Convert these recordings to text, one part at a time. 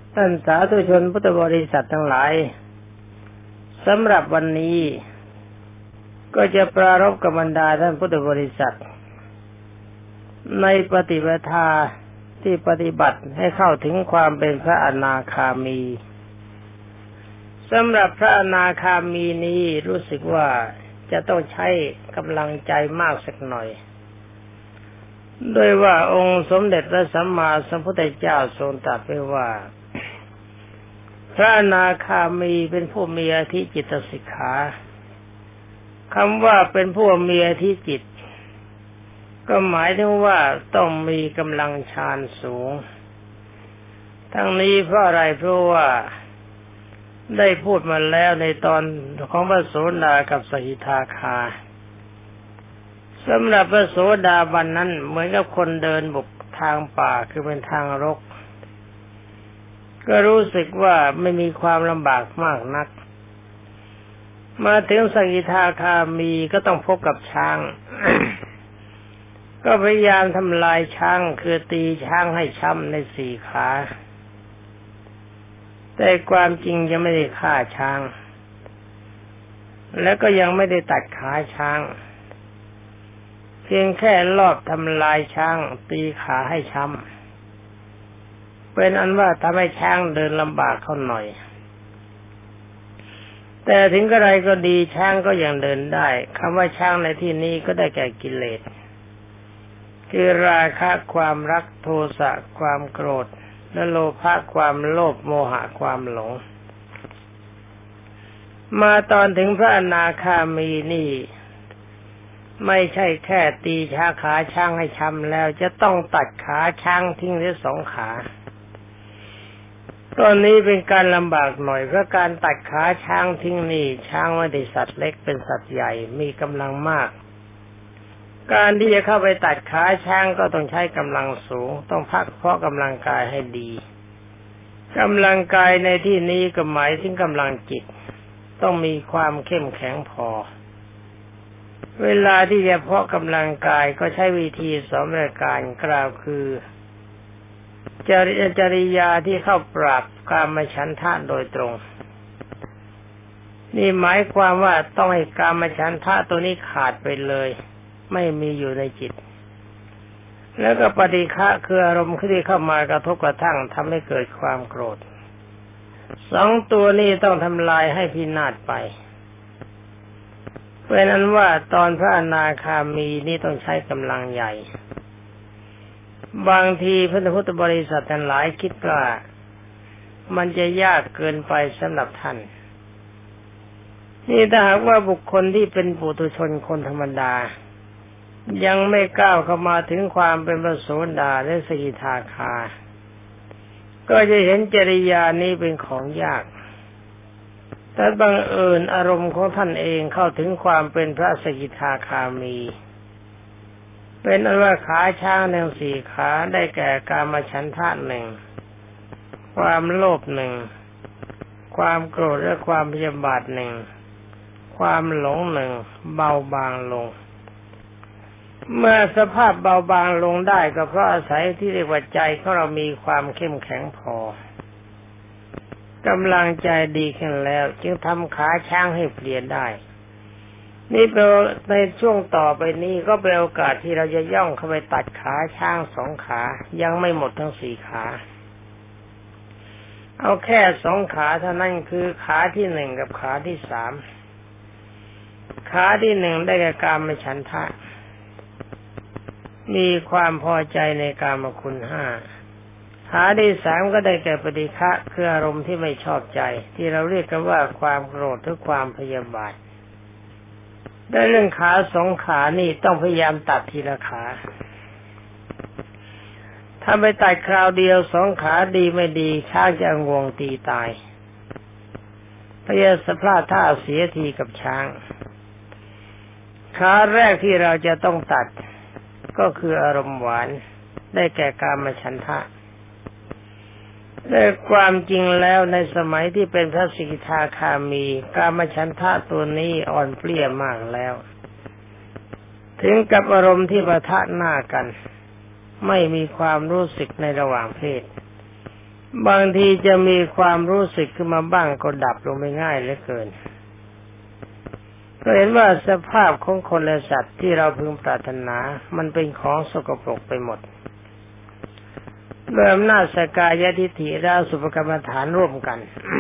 ท่านสาธุชนพุทธบริษัททั้งหลายสำหรับวันนี้ก็จะปรารภกับบรรดาท่านพุทธบริษัทในปฏิปทาที่ปฏิบัติให้เข้าถึงความเป็นพระอนาคามีสำหรับพระอนาคามีนี้รู้สึกว่าจะต้องใช้กำลังใจมากสักหน่อยโดยว่าองค์สมเด็จพระสัมมาสัมพุทธเจ้าทรงตรัสไว้ว่าพระอนาคามีเป็นผู้มีอธิจิตสิกขาคำว่าเป็นผู้มีอธิจิตก็หมายถึงว่าต้องมีกำลังฌานสูงทั้งนี้เพราะอะไรเพราะว่าได้พูดมาแล้วในตอนของพระโสดากับสกิทาคาสำหรับพระโสดาบันนั้นเหมือนกับคนเดินบุกทางป่าคือเป็นทางรกก็รู้สึกว่าไม่มีความลำบากมากนักมาถึงสกิทาคามีก็ต้องพบกับช้าง ก็พยายามทำลายช้างคือตีช้างให้ช้ำในสี่ขาแต่ความจริงยังไม่ได้ฆ่าช้างแล้วก็ยังไม่ได้ตัดขาช้างเพียงแค่ลอบทำลายช้างตีขาให้ช้ำเป็นอันว่าทำให้ช้างเดินลำบากเข้าหน่อยแต่ถึงกระไรก็ดีช้างก็ยังเดินได้คำว่าช้างในที่นี้ก็ได้แก่กิเลสคือราคะความรักโทสะความโกรธและโลภะความโลภโมหะความหลงมาตอนถึงพระอนาคามีนี่ไม่ใช่แค่ตีขาช้างให้ช้ำแล้วจะต้องตัดขาช้างทิ้งเสียสองขาตอนนี้เป็นการลำบากหน่อยเพราะการตัดขาช้างทิ้งนี่ช้างไม่ได้สัตว์เล็กเป็นสัตว์ใหญ่มีกำลังมากการที่จะเข้าไปตัดขาช้างก็ต้องใช้กำลังสูงต้องพักเพาะกำลังกายให้ดีกำลังกายในที่นี้ก็หมายถึงกำลังจิตต้องมีความเข้มแข็งพอเวลาที่จะเพาะกำลังกายก็ใช้วิธีสองรายการกล่าวคือจริยาที่เข้าปราบกามฉันทะโดยตรงนี่หมายความว่าต้องให้กามฉันทะตัวนี้ขาดไปเลยไม่มีอยู่ในจิตแล้วก็ปฏิฆะคืออารมณ์ที่เข้ามากระทบกระทั่งทำให้เกิดความโกรธสองตัวนี้ต้องทำลายให้พินาศไปเพราะนั้นว่าตอนพระอนาคามีนี่ต้องใช้กำลังใหญ่บางทีพระพุทธบริษัททั้งหลายคิดว่ามันจะยากเกินไปสำหรับท่านนี่ถ้าหากว่าบุคคลที่เป็นปุถุชนคนธรรมดายังไม่ก้าวเข้ามาถึงความเป็นพระโสดาและสกิทาคาก็จะเห็นจริยานี้เป็นของยากแต่บังเอิญอารมณ์ของท่านเองเข้าถึงความเป็นพระสกิทาคามีเป็นอันว่าขาช้างทั้งสี่ขาได้แก่กามฉันทะหนึ่งความโลภหนึ่งความโกรธและความพยาบาทหนึ่งความหลงหนึ่งเบาบางลงเมื่อสภาพเบาบางลงได้ก็เพราะอาศัยที่เรียกว่าใจของเรามีความเข้มแข็งพอกำลังใจดีขึ้นแล้วจึงทำขาช้างให้เปลี่ยนได้นี่เป็นในช่วงต่อไปนี้ก็เป็นโอกาสที่เราจะย่องเข้าไปตัดขาช้างสองขายังไม่หมดทั้งสี่ขาเอาแค่สองขาเท่านั้นคือขาที่หนึ่งกับขาที่สามขาที่หนึ่งได้แก่กามฉันทะมีความพอใจในกามคุณห้าขาที่สามก็ได้แก่ปฏิฆะคืออารมณ์ที่ไม่ชอบใจที่เราเรียกกันว่าความโกรธหรือความพยาบาทได้เรื่องขาสองขานี่ต้องพยายามตัดทีละขาถ้าไปตัดคราวเดียวสองขาดีไม่ดีช้างจะงวงตีตายพยายามสะพลาดท่าเสียทีกับช้างขาแรกที่เราจะต้องตัดก็คืออารมณ์หวานได้แก่กามฉันทะแต่ความจริงแล้วในสมัยที่เป็นพระสกิทาคามีกามฉันทะตัวนี้อ่อนเปลี้ยมากแล้วถึงกับอารมณ์ที่ปะทะหน้ากันไม่มีความรู้สึกในระหว่างเพศบางทีจะมีความรู้สึกขึ้นมาบ้างก็ดับลงไม่ง่ายเหลือเกินก็เห็นว่าสภาพของคนและสัตว์ที่เราพึงปรารถนามันเป็นของสกปรกไปหมดด้วยอำนาจสกายทิฏฐิและอสุภกรรมฐานร่วมกัน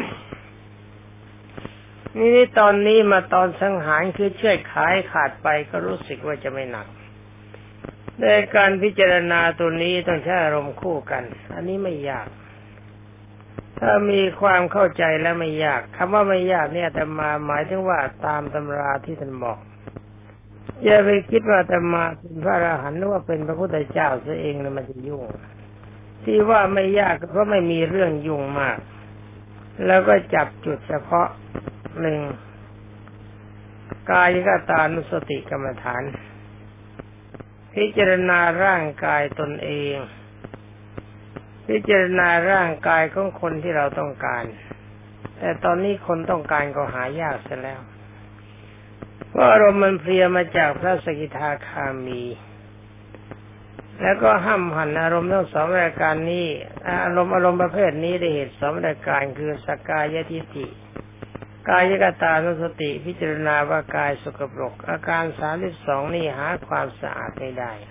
นี่ตอนนี้มาตอนสังหารคือเชือดขาดไปก็รู้สึกว่าจะไม่หนักในการพิจารณาตัวนี้ต้องใช้อารมณ์คู่กันอันนี้ไม่ยากถ้ามีความเข้าใจแล้วไม่ยากคำว่าไม่ยากเนี่ยแต่มาหมายถึงว่าตามตำราที่ท่านบอกอย่าไปคิดว่าแต่มาเป็นพระอรหันต์หรือว่าเป็นพระพุทธเจ้าซะเองเลยมันจะยุ่งที่ว่าไม่ยากเพราะไม่มีเรื่องยุ่งมากแล้วก็จับจุดเฉพาะหนึ่งกายกตานุสติกรรมฐานพิจารณาร่างกายตนเองพิจารณาร่างกายของคนที่เราต้องการแต่ตอนนี้คนต้องการก็หายากเสียแล้วเพราะอารมณ์มันเพลียมาจากพระสกิทาคามีแล้วก็ห้ามหันอารมณ์ทั้งสองรายการนี้อารมณ์ประเภทนี้ได้เหตุสองรายการคือสกายทิฏฐิกายกตานุสติพิจารณาว่ากายสกปรกอาการ32นี่หาความสะอาดไม่ได้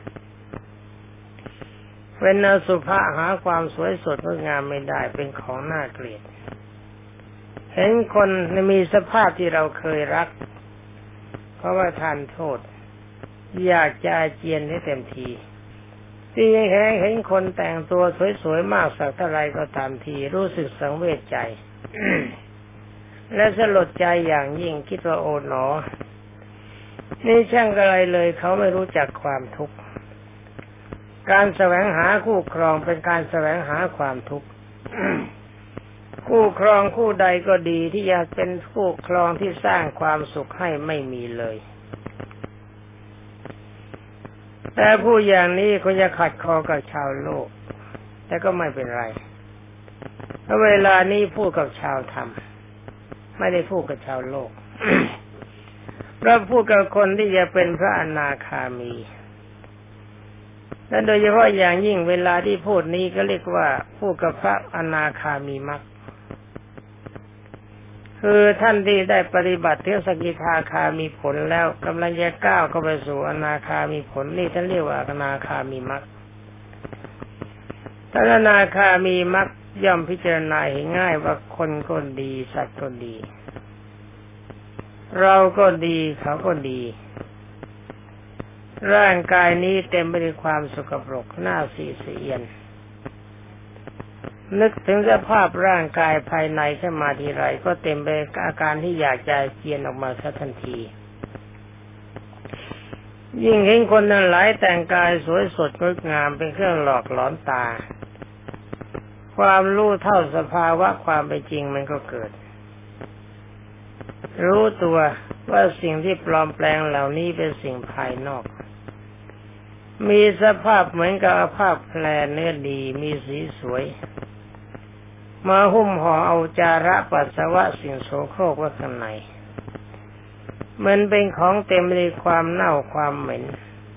เป็นอสุภะหาความสวยสดงดงามไม่ได้เป็นของน่าเกลียดเห็นคนมีสภาพที่เราเคยรักเพราะว่าทานโทษอยากจะอาเจียนให้เต็มทีที่เห็นคนแต่งตัวสวยๆมากสักเท่าไรก็ตามทีรู้สึกสังเวชใจ และสลดใจอย่างยิ่งคิดว่าโอ๋หนอนี่ช่างอะไรเลยเขาไม่รู้จักความทุกข์การแสวงหาคู่ครองเป็นการแสวงหาความทุกข์ คู่ครองคู่ใดก็ดีที่อยากเป็นคู่ครองที่สร้างความสุขให้ไม่มีเลยแต่ผู้อย่างนี้เขาจะขัดคอกับชาวโลกแต่ก็ไม่เป็นไรเพราะเวลานี้พูดกับชาวธรรมไม่ได้พูดกับชาวโลก เราพูดกับคนที่จะเป็นพระอนาคามีและโดยเฉพาะอย่างยิ่งเวลาที่พูดนี้ก็เรียกว่าพูดกับพระอนาคามีมรรคคือท่านที่ได้ปฏิบัติเทศกิทาคามีผลแล้วกำลังจะก้าวเข้าไปสู่อนาคามีผลนี่ท่านเรียกว่าอนาคามีมรรคท่านอนาคามีมรรคย่อมพิจารณาเห็นง่ายว่าคนก็ดีสัตว์ก็ดีเราก็ดีเขาก็ดีร่างกายนี้เต็มไปด้วยความสกปรกน่าสีเสียนนึกถึงสภาพร่างกายภายในขึ้นมาทีไรก็เต็มไปด้วยอาการที่อยากจะเจียนออกมาทันทียิ่งเห็นคนนั้นหลายแต่งกายสวยสดงดงามเป็นเครื่องหลอกหลอนตาความรู้เท่าสภาวะความเป็นจริงมันก็เกิดรู้ตัวว่าสิ่งที่ปลอมแปลงเหล่านี้เป็นสิ่งภายนอกมีสภาพเหมือนกับผ้าแพรเนื้อดีมีสีสวยมาหุ้มห่อเอาจาระปัสสาวะสิ่งโสโครกไว้ข้างในมันเป็นของเต็มไปด้วยความเน่าความเหม็น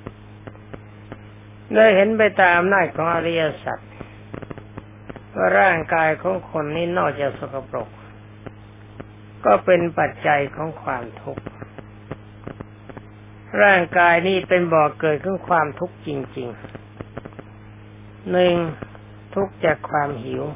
ได้เห็นไปตามอำนาจของอริยสัจว่าร่างกายของคนนี้นอกจากสกปรกก็เป็นปัจจัยของความทุกข์ร่างกายนี้เป็นบ่อเกิดของความทุกข์จริงๆหนึ่งทุกข์จากความหิว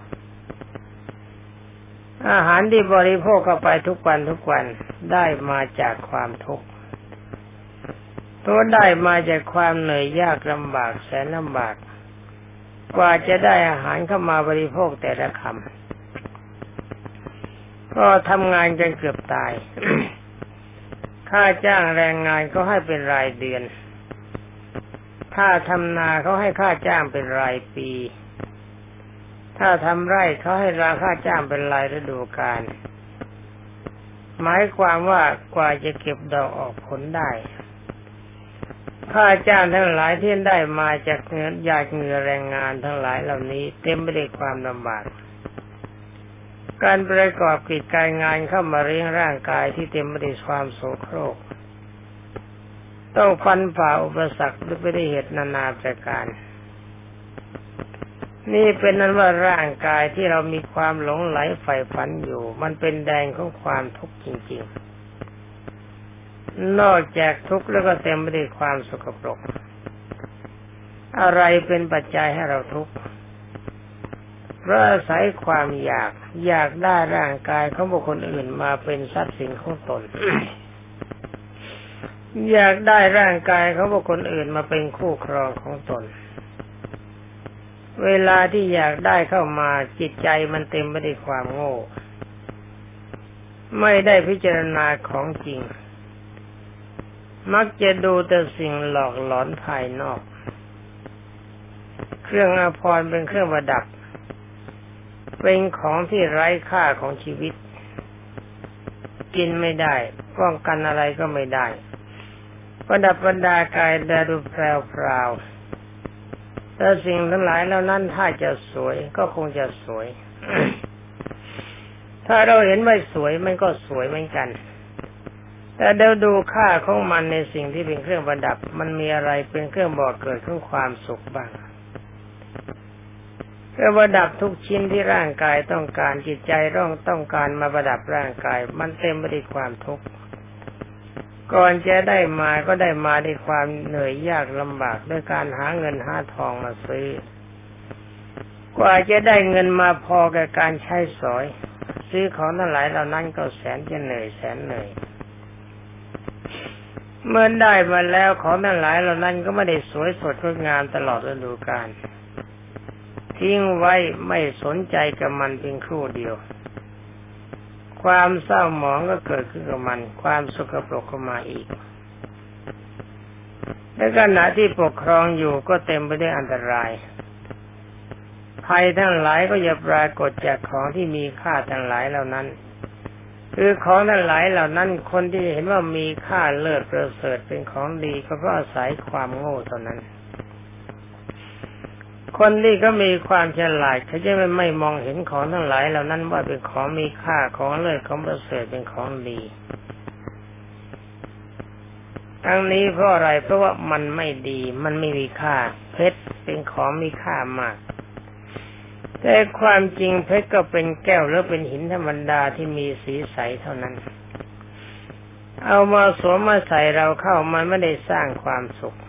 อาหารที่บริโภคเข้าไปทุกวันได้มาจากความทุกข์ตัวได้มาจากความเหนื่อยยากลำบากแสนลำบากกว่าจะได้อาหารเข้ามาบริโภคแต่ละคำก็ทำงานกันเกือบตาย ค่าจ้างแรงงานเขาให้เป็นรายเดือนถ้าทำนาเขาให้ค่าจ้างเป็นรายปีถ้าทำไร่เขาให้ราคาจ้างเป็นรายฤดูกาลหมายความว่ากว่าจะเก็บดอกออกผลได้ค่าจ้างทั้งหลายที่ได้มาจากเงินหยาดเหงื่อแรงงานทั้งหลายเหล่านี้เต็มไปด้วยความลำบากการประกอบกิจการงานเข้ามาเลี้ยงร่างกายที่เต็มไปด้วยความโสโครกต้องฟันฝ่าอุปสรรคด้วยเหตุนานาประการนี่เป็นนั้นว่าร่างกายที่เรามีความหลงไหลใฝ่ฝันอยู่มันเป็นแดนของความทุกข์จริงๆนอกจากทุกข์แล้วก็เต็มไปด้วยความสกปรกอะไรเป็นปัจจัยให้เราทุกข์เพราะอาศัยความอยากได้ร่างกายของบุคคลอื่นมาเป็นทรัพย์สินของตน อยากได้ร่างกายของบุคคลอื่นมาเป็นคู่ครองของตนเวลาที่อยากได้เข้ามาจิตใจมันเต็มไปด้วยความโง่ไม่ได้พิจารณาของจริงมักจะดูแต่สิ่งหลอกหลอนภายนอกเครื่องอาภรณ์เป็นเครื่องประดับเป็นของที่ไร้ค่าของชีวิตกินไม่ได้ป้องกันอะไรก็ไม่ได้ประดับประดากายดูแพรวๆแต่สิ่งทั้งหลายแล้วนั้นถ้าจะสวยก็คงจะสวย ถ้าเราเห็นไม่สวยมันก็สวยเหมือนกันแต่เดี๋ยวดูค่าของมันในสิ่งที่เป็นเครื่องประดับมันมีอะไรเป็นเครื่องบอกเกิดของความสุขบ้างเครื่องประดับทุกชิ้นที่ร่างกายต้องการจิตใจต้องการมาประดับร่างกายมันเต็มไปด้วยความทุกข์ก่อนจะได้มาก็ได้มาด้วยความเหนื่อยยากลำบากด้วยการหาเงินหาทองมาซื้อกว่าจะได้เงินมาพอแก่การใช้สอยซื้อของทั้งหลายเหล่านั้นก็แสนจะเหนื่อยแสนเหนื่อยเมื่อได้มาแล้วของทั้งหลายเหล่านั้นก็ไม่ได้สวยสดงดงามตลอดฤดูกาลทิ้งไว้ไม่สนใจกับมันเพียงครู่เดียวความเศร้าหมองก็เกิดขึ้นกับมันความสกปรกก็มาอีกในขณะที่ปกครองอยู่ก็เต็มไปด้วยอันตรายภัยทั้งหลายก็จะปรากฏจากของที่มีค่าทั้งหลายเหล่านั้นคือของทั้งหลายเหล่านั้นคนที่เห็นว่ามีค่าเลิศประเสริฐเป็นของดีก็เพราะอาศัยความโง่เท่านั้นคนที่ก็มีความฉลาดเขาจะไม่มองเห็นของทั้งหลายเหล่านั้นว่าเป็นของมีค่าของเลิศของประเสริฐเป็นของดีทั้งนี้เพราะอะไรเพราะว่ามันไม่ดีมันไม่มีค่าเพชรเป็นของมีค่ามากแต่ความจริงเพชรก็เป็นแก้วหรือเป็นหินธรรมดาที่มีสีใสเท่านั้นเอามาสวมมาใส่เราเข้ามันไม่ได้สร้างความสุข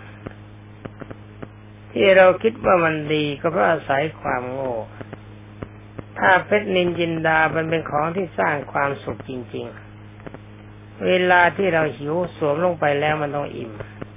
ที่เราคิดว่ามันดีก็เพราะอาศัยความโง่ถ้าเพชรนินจินดามันเป็นของที่สร้างความสุขจริงๆเวลาที่เราหิวสวมลงไปแล้วมันต้องอิ่ม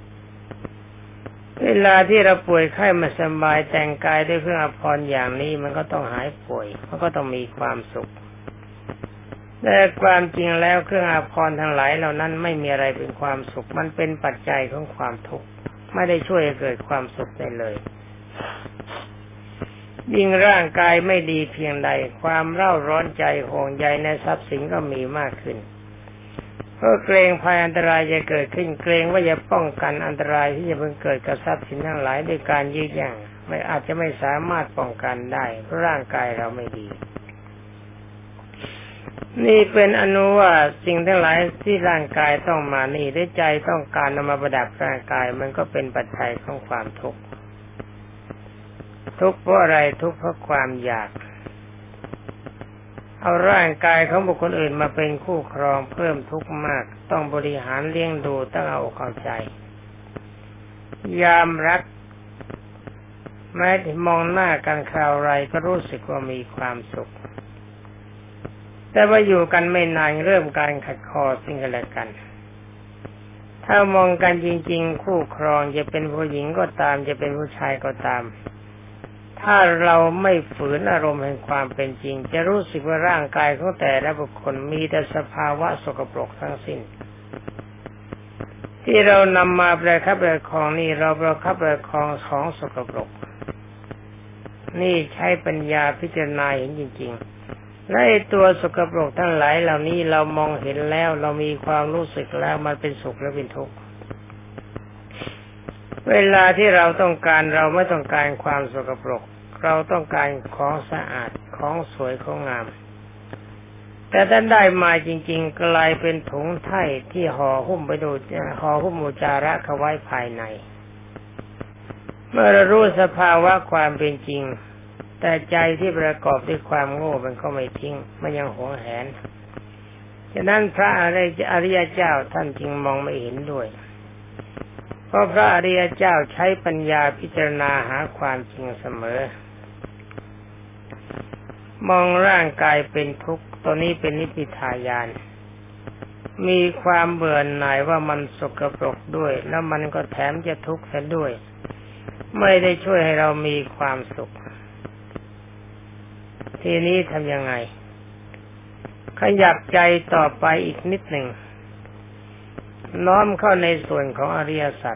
เวลาที่เราป่วยไข้ไม่สบายแต่งกายด้วยเครื่องอาภรณ์อย่างนี้มันก็ต้องหายป่วยมันก็ต้องมีความสุขแต่ความจริงแล้วเครื่องอาภรณ์ทั้งหลายเหล่านั้นไม่มีอะไรเป็นความสุขมันเป็นปัจจัยของความทุกข์ไม่ได้ช่วยให้เกิดความสุขได้เลยยิ่งร่างกายไม่ดีเพียงใดความเร่าร้อนใจห่วงใยในทรัพย์สินก็มีมากขึ้นเพราะเกรงภัยอันตรายจะเกิดขึ้นเกรงว่าจะป้องกันอันตรายที่จะเพิ่งเกิดกับทรัพย์สินทั้งหลายด้วยการยื้อแย่งไม่อาจจะไม่สามารถป้องกันได้เพราะร่างกายเราไม่ดีนี่เป็นอนุว่าสิ่งทั้งหลายที่ร่างกายต้องมานี่ด้วยใจต้องการนำมาประดับร่างกายมันก็เป็นปัจจัยของความทุกข์ทุกข์เพราะอะไรทุกข์เพราะความอยากเอาร่างกายของบุคคลอื่นมาเป็นคู่ครองเพิ่มทุกข์มากต้องบริหารเลี้ยงดูต้องเอาอกเอาใจยามรักแม้ที่มองหน้ากันคราวไรก็รู้สึกว่ามีความสุขแต่ว่าอยู่กันไม่นานเริ่มการขัดคอซึ่งกันและกันถ้ามองกันจริงๆคู่ครองจะเป็นผู้หญิงก็ตามจะเป็นผู้ชายก็ตามถ้าเราไม่ฝืนอารมณ์แห่งความเป็นจริงจะรู้สึกว่าร่างกายของแต่ละบุคคลมีแต่สภาวะสกปรกทั้งสิ้นที่เรานำมาประคับประคองนี่เราประคับประคองของสกปรกนี่ใช้ปัญญาพิจารณาเห็นจริงๆและตัวสกปรกทั้งหลายเหล่านี้เรามองเห็นแล้วเรามีความรู้สึกแล้วมันเป็นสุขและเป็นทุกข์เวลาที่เราต้องการเราไม่ต้องการความสกปรกเราต้องการของสะอาดของสวยของงามแต่ถ้าได้มาจริงๆกลายเป็นถุงไถ่ที่ห่อหุ้มไปดูห่อหุ้มอุจจาระเขาไว้ภายในเมื่อเรารู้สภาวะความเป็นจริงแต่ใจที่ประกอบด้วยความโง่มันก็ไม่ทิ้งมันยังหวงแหนฉะนั้นพระอริยเจ้าท่านจึงมองไม่เห็นด้วยเพราะพระอริยเจ้าใช้ปัญญาพิจารณาหาความจริงเสมอมองร่างกายเป็นทุกข์ตัวนี้เป็นนิพพิทายานมีความเบื่อหน่ายว่ามันสกปรกด้วยแล้วมันก็แถมจะทุกข์ซะด้วยไม่ได้ช่วยให้เรามีความสุขทีนี้ทำยังไงขยับใจต่อไปอีกนิดหนึ่งน้อมเข้าในส่วนของอริยสัจ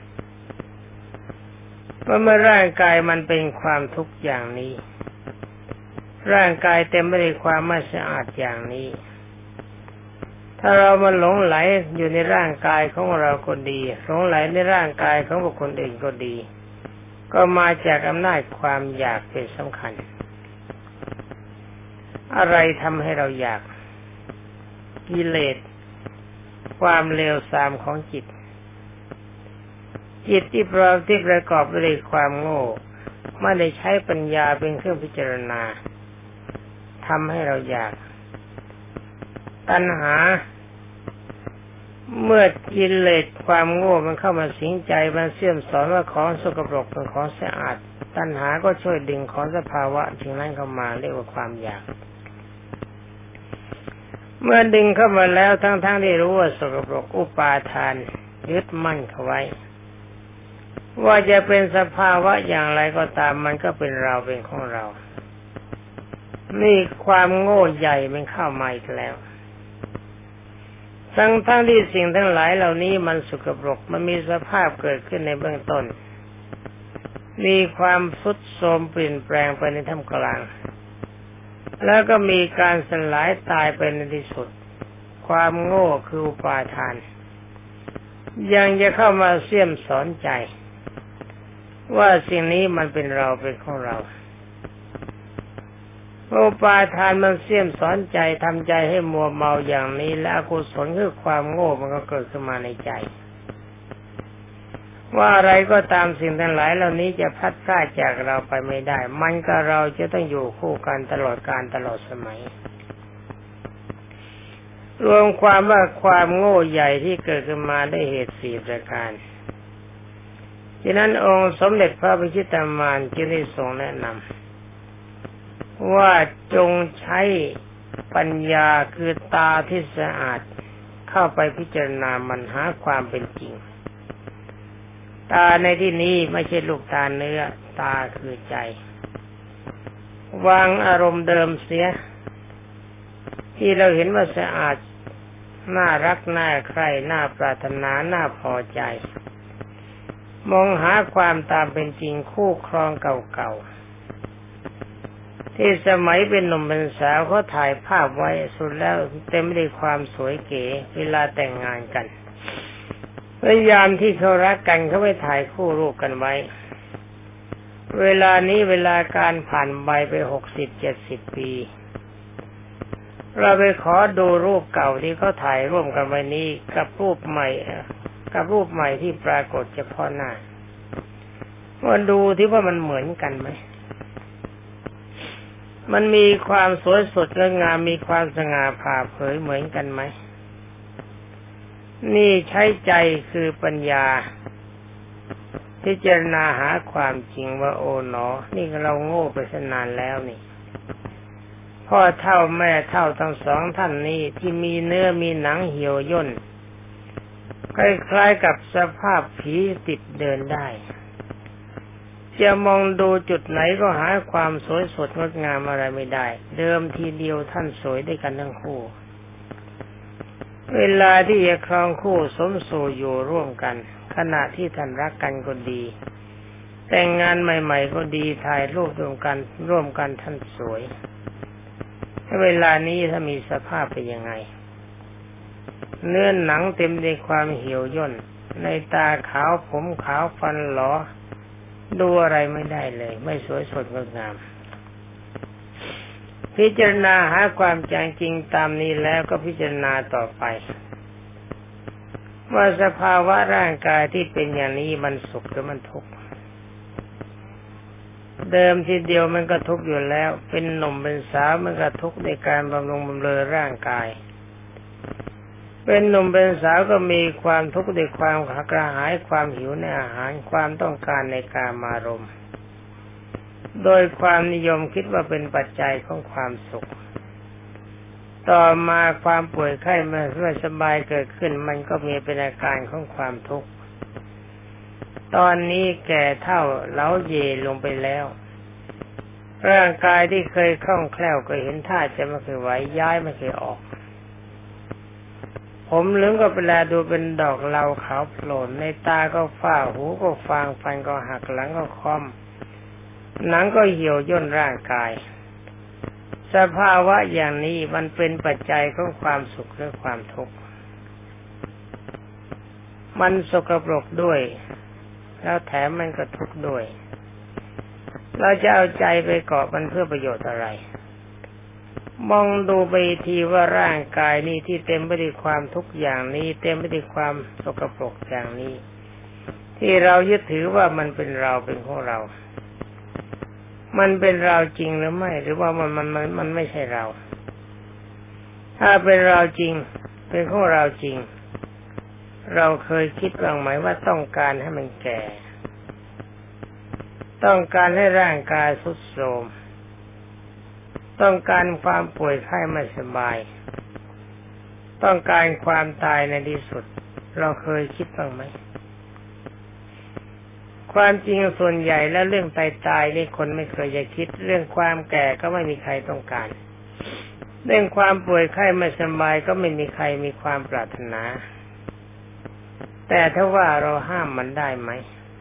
เมื่อร่างกายมันเป็นความทุกข์อย่างนี้ร่างกายเต็มไปด้วยความไม่สะอาดอย่างนี้ถ้าเรามาหลงไหลอยู่ในร่างกายของเราก็ดีหลงไหลในร่างกายของบุคคลอื่นก็ดีก็มาจากอำนาจความอยากเป็นสำคัญอะไรทำให้เราอยากกิเลสความเลวทรามของจิตที่ประกอบด้วยความโง่ไม่ได้ใช้ปัญญาเป็นเครื่องพิจารณาทำให้เราอยากตัณหาเมื่อกิเลสความโง่มันเข้ามาสิงใจมันเสื่อมสอนว่าของสกปรกเป็นของสะอาดตัณหาก็ช่วยดึงของสภาวะสิ่งนั้นเข้ามาเรียกว่าความอยากเมื่อดึงเข้ามาแล้วทั้งที่รู้ว่าสกปรกอุปาทานยึดมั่นเข้าไว้ว่าจะเป็นสภาวะอย่างไรก็ตามมันก็เป็นเราเป็นของเรานี่ความโง่ใหญ่มันเข้ามาอีกแล้วทั้งที่สิ่งทั้งหลายเหล่านี้มันสกปรกมันมีสภาพเกิดขึ้นในเบื้องต้นมีความทรุดโทรมเปลี่ยนแปลงไปในท่ามกลางแล้วก็มีการสลายตายไปในที่สุดความโง่คืออุปาทานยังจะเข้ามาเสี่ยมสอนใจว่าสิ่งนี้มันเป็นเราเป็นของเราอุปาทานมันเสี่ยมสอนใจทำใจให้มัวเมาอย่างนี้และอกุศลคือความโง่มันก็เกิดขึ้นมาในใจว่าอะไรก็ตามสิ่งทั้งหลายเหล่านี้จะพัดพรากจากเราไปไม่ได้มันกับเราจะต้องอยู่คู่กันตลอดกาลตลอดสมัยรวมความว่าความโง่ใหญ่ที่เกิดขึ้นมาได้เหตุ4ประการฉะนั้นองค์สมเด็จพระพิชิตามารจึงได้ทรงแนะนำว่าจงใช้ปัญญาคือตาที่สะอาดเข้าไปพิจารณามันหาความเป็นจริงตาในที่นี้ไม่ใช่ลูกตาเนื้อตาคือใจวางอารมณ์เดิมเสียที่เราเห็นว่าสะอาดน่ารักน่าใคร่น่าปรารถนาน่าพอใจมองหาความตามเป็นจริงคู่ครองเก่าๆที่สมัยเป็นหนุ่มเป็นสาวเขาถ่ายภาพไว้สุดแล้วเต็มไปด้วยความสวยเก๋เวลาแต่งงานกันพยายามที่เขารักกันเขาไปถ่ายคู่รูปกันไว้เวลานี้เวลาการผ่านไป60-70 ปีเราไปขอดูรูปเก่าที่เขาถ่ายร่วมกันไว้นี้กับรูปใหม่ที่ปรากฏเฉพาะหน้าว่าดูที่ว่ามันเหมือนกันไหมมันมีความสวยสดงดงามมีความสง่าผ่าเผยเหมือนกันไหมนี่ใช้ใจคือปัญญาพิจารณาหาความจริงว่าโอ๋หนอนี่เราโง่ไปนานแล้วนี่พ่อเฒ่าแม่เฒ่าทั้งสองท่านนี้ที่มีเนื้อมีหนังเหี่ยวย่นคล้ายๆกับสภาพผีติดเดินได้จะมองดูจุดไหนก็หาความสวยสดงดงามอะไรไม่ได้เดิมทีเดียวท่านสวยด้วยกันทั้งคู่เวลาที่จะครองคู่สมสู่อยู่ร่วมกันขณะที่ท่านรักกันก็ดีแต่งงานใหม่ๆก็ดีถ่ายรูปร่วมกันท่านสวยเวลานี้ถ้ามีสภาพเป็นยังไงเนื้อหนังเต็มด้วยความเหี่ยวย่นในตาขาวผมขาวฟันหลอดูอะไรไม่ได้เลยไม่สวยสดงดงามพิจารณาหาความจริงตามนี้แล้วก็พิจารณาต่อไปว่าสภาวะร่างกายที่เป็นอย่างนี้มันสุขหรือมันทุกข์เดิมทีเดียวมันก็ทุกข์อยู่แล้วเป็นหนุ่มเป็นสาวมันก็ทุกข์ในการบำรุงบำเรอร่างกายเป็นหนุ่มเป็นสาวก็มีความทุกข์ในความกระหายความหิวในอาหารความต้องการในกามารมณ์โดยความนิยมคิดว่าเป็นปัจจัยของความสุขต่อมาความป่วยไข้ไม่สบายเกิดขึ้นมันก็มีเป็นอาการของความทุกข์ตอนนี้แก่เฒ่าเล้าเยลงไปแล้วร่างกายที่เคยคล่องแคล่วก็เห็นท่าจะไม่เคยไหวย้ายไม่เคยออกผมเหลืองก็เวลาดูเป็นดอกเหลาขาวโผล่ในตาก็ฝ้าหูก็ฟางฟันก็หักหลังก็คอมหนังก็เหี่ยวย่นร่างกายสภาวะอย่างนี้มันเป็นปัจจัยของความสุขหรือความทุกข์มันสกปรกด้วยแล้วแถมมันก็ทุกข์ด้วยเราจะเอาใจไปเกาะมันเพื่อประโยชน์อะไรมองดูไปทีว่าร่างกายนี้ที่เต็มไปด้วยความทุกข์อย่างนี้เต็มไปด้วยความสกปรกอย่างนี้ที่เรายึดถือว่ามันเป็นเราเป็นของเรามันเป็นเราจริงหรือไม่หรือว่ามันไม่ใช่เราถ้าเป็นเราจริงเป็นของเราจริงเราเคยคิดบ้างไหมว่าต้องการให้มันแก่ต้องการให้ร่างกายทรุดโทรมต้องการความป่วยไข้ไม่สบายต้องการความตายในที่สุดเราเคยคิดบ้างไหมความจริงส่วนใหญ่แล้วเรื่องตายนี่คนไม่เคยจะคิดเรื่องความแก่ก็ไม่มีใครต้องการเรื่องความป่วยไข้ไม่สบายก็ไม่มีใครมีความปรารถนาแต่ถ้าว่าเราห้ามมันได้ไหม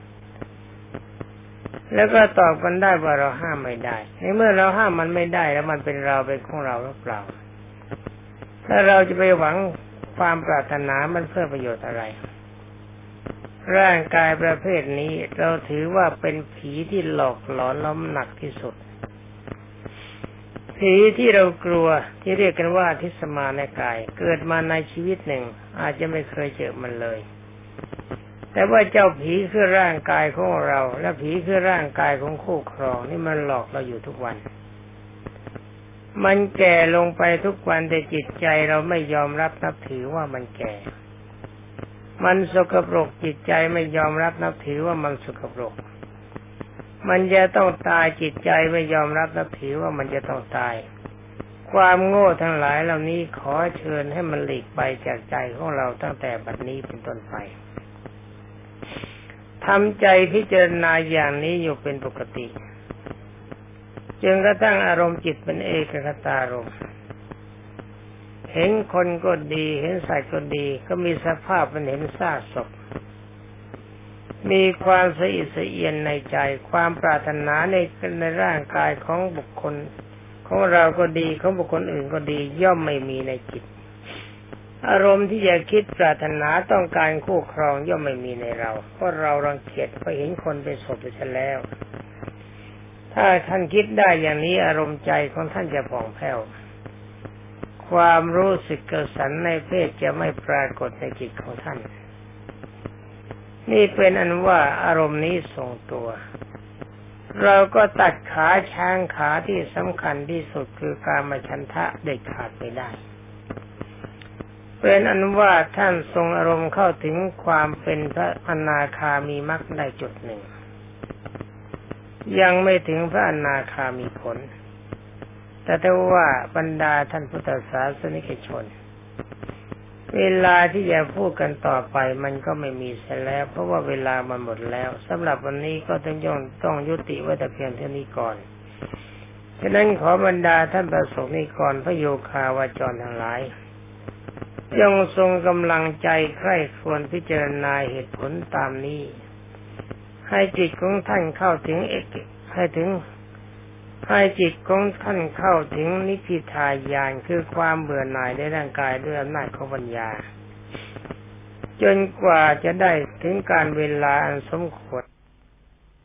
แล้วก็ตอบกันได้ว่าเราห้ามไม่ได้ในเมื่อเราห้ามมันไม่ได้แล้วมันเป็นเราเป็นของเราหรือเปล่าถ้าเราจะไปหวังความปรารถนามันเพื่อประโยชน์อะไรร่างกายประเภทนี้เราถือว่าเป็นผีที่หลอกหลอนล้มหนักที่สุดผีที่เรากลัวที่เรียกกันว่าทิสมานกายเกิดมาในชีวิตหนึ่งอาจจะไม่เคยเจอมันเลยแต่ว่าเจ้าผีคือร่างกายของเราและผีคือร่างกายของคู่ครองนี่มันหลอกเราอยู่ทุกวันมันแก่ลงไปทุกวันแต่จิตใจเราไม่ยอมรับนับถือว่ามันแก่มันสกปรกจิตใจไม่ยอมรับนับถือว่ามันสกปรกมันจะต้องตายจิตใจไม่ยอมรับนับถือว่ามันจะต้องตายความโง่ทั้งหลายเหล่านี้ขอเชิญให้มันหลีกไปจากใจของเราตั้งแต่บัดนี้เป็นต้นไปทำใจพิจารณาอย่างนี้อยู่เป็นปกติจนกระทั่งอารมณ์จิตเป็นเอกคตารมณ์เห็นคนก็ดีเห็นสัตว์ก็ดีก็มีสภาพมันเห็นซากศพมีความสะอิดสะเอียนในใจความปรารถนาในร่างกายของบุคคลของเราก็ดีของบุคคลอื่นก็ดีย่อมไม่มีในจิตอารมณ์ที่จะคิดปรารถนาต้องการคู่ครองย่อมไม่มีในเราเพราะเรารังเกียจเพราะเห็นคนเป็นศพไปแล้ว ถ้าท่านคิดได้อย่างนี้อารมณ์ใจของท่านจะผ่องแผ้วความรู้สึกกระสันในเพศจะไม่ปรากฏในจิตของท่านนี่เป็นอันว่าอารมณ์นี้ทรงตัวเราก็ตัดขาช้างขาที่สำคัญที่สุดคือกามฉันทะเด็ดขาดไม่ได้เป็นอันว่าท่านทรงอารมณ์เข้าถึงความเป็นพระอนาคามีมรรคได้จุดหนึ่งยังไม่ถึงพระอนาคามีผลแต่ถ้าว่าบรรดาท่านพุทธศาสนิกชนเวลาที่จะพูดกันต่อไปมันก็ไม่มีเสียแล้วเพราะว่าเวลามันหมดแล้วสำหรับวันนี้ก็ต้องยุติไว้แต่เพียงเท่านี้ก่อนฉะนั้นขอบรรดาท่านประสงค์นิกรพระโยคาวาจรทั้งหลายจงทรงกำลังใจใคร่ครวญพิจารณาเหตุผลตามนี้ให้จิตของท่านเข้าถึงให้จิตของท่านเข้าถึงนิพพิทายานคือความเบื่อหน่ายในร่างกายด้วยอำนาจของปัญญาจนกว่าจะได้ถึงการเวลาอันสมควร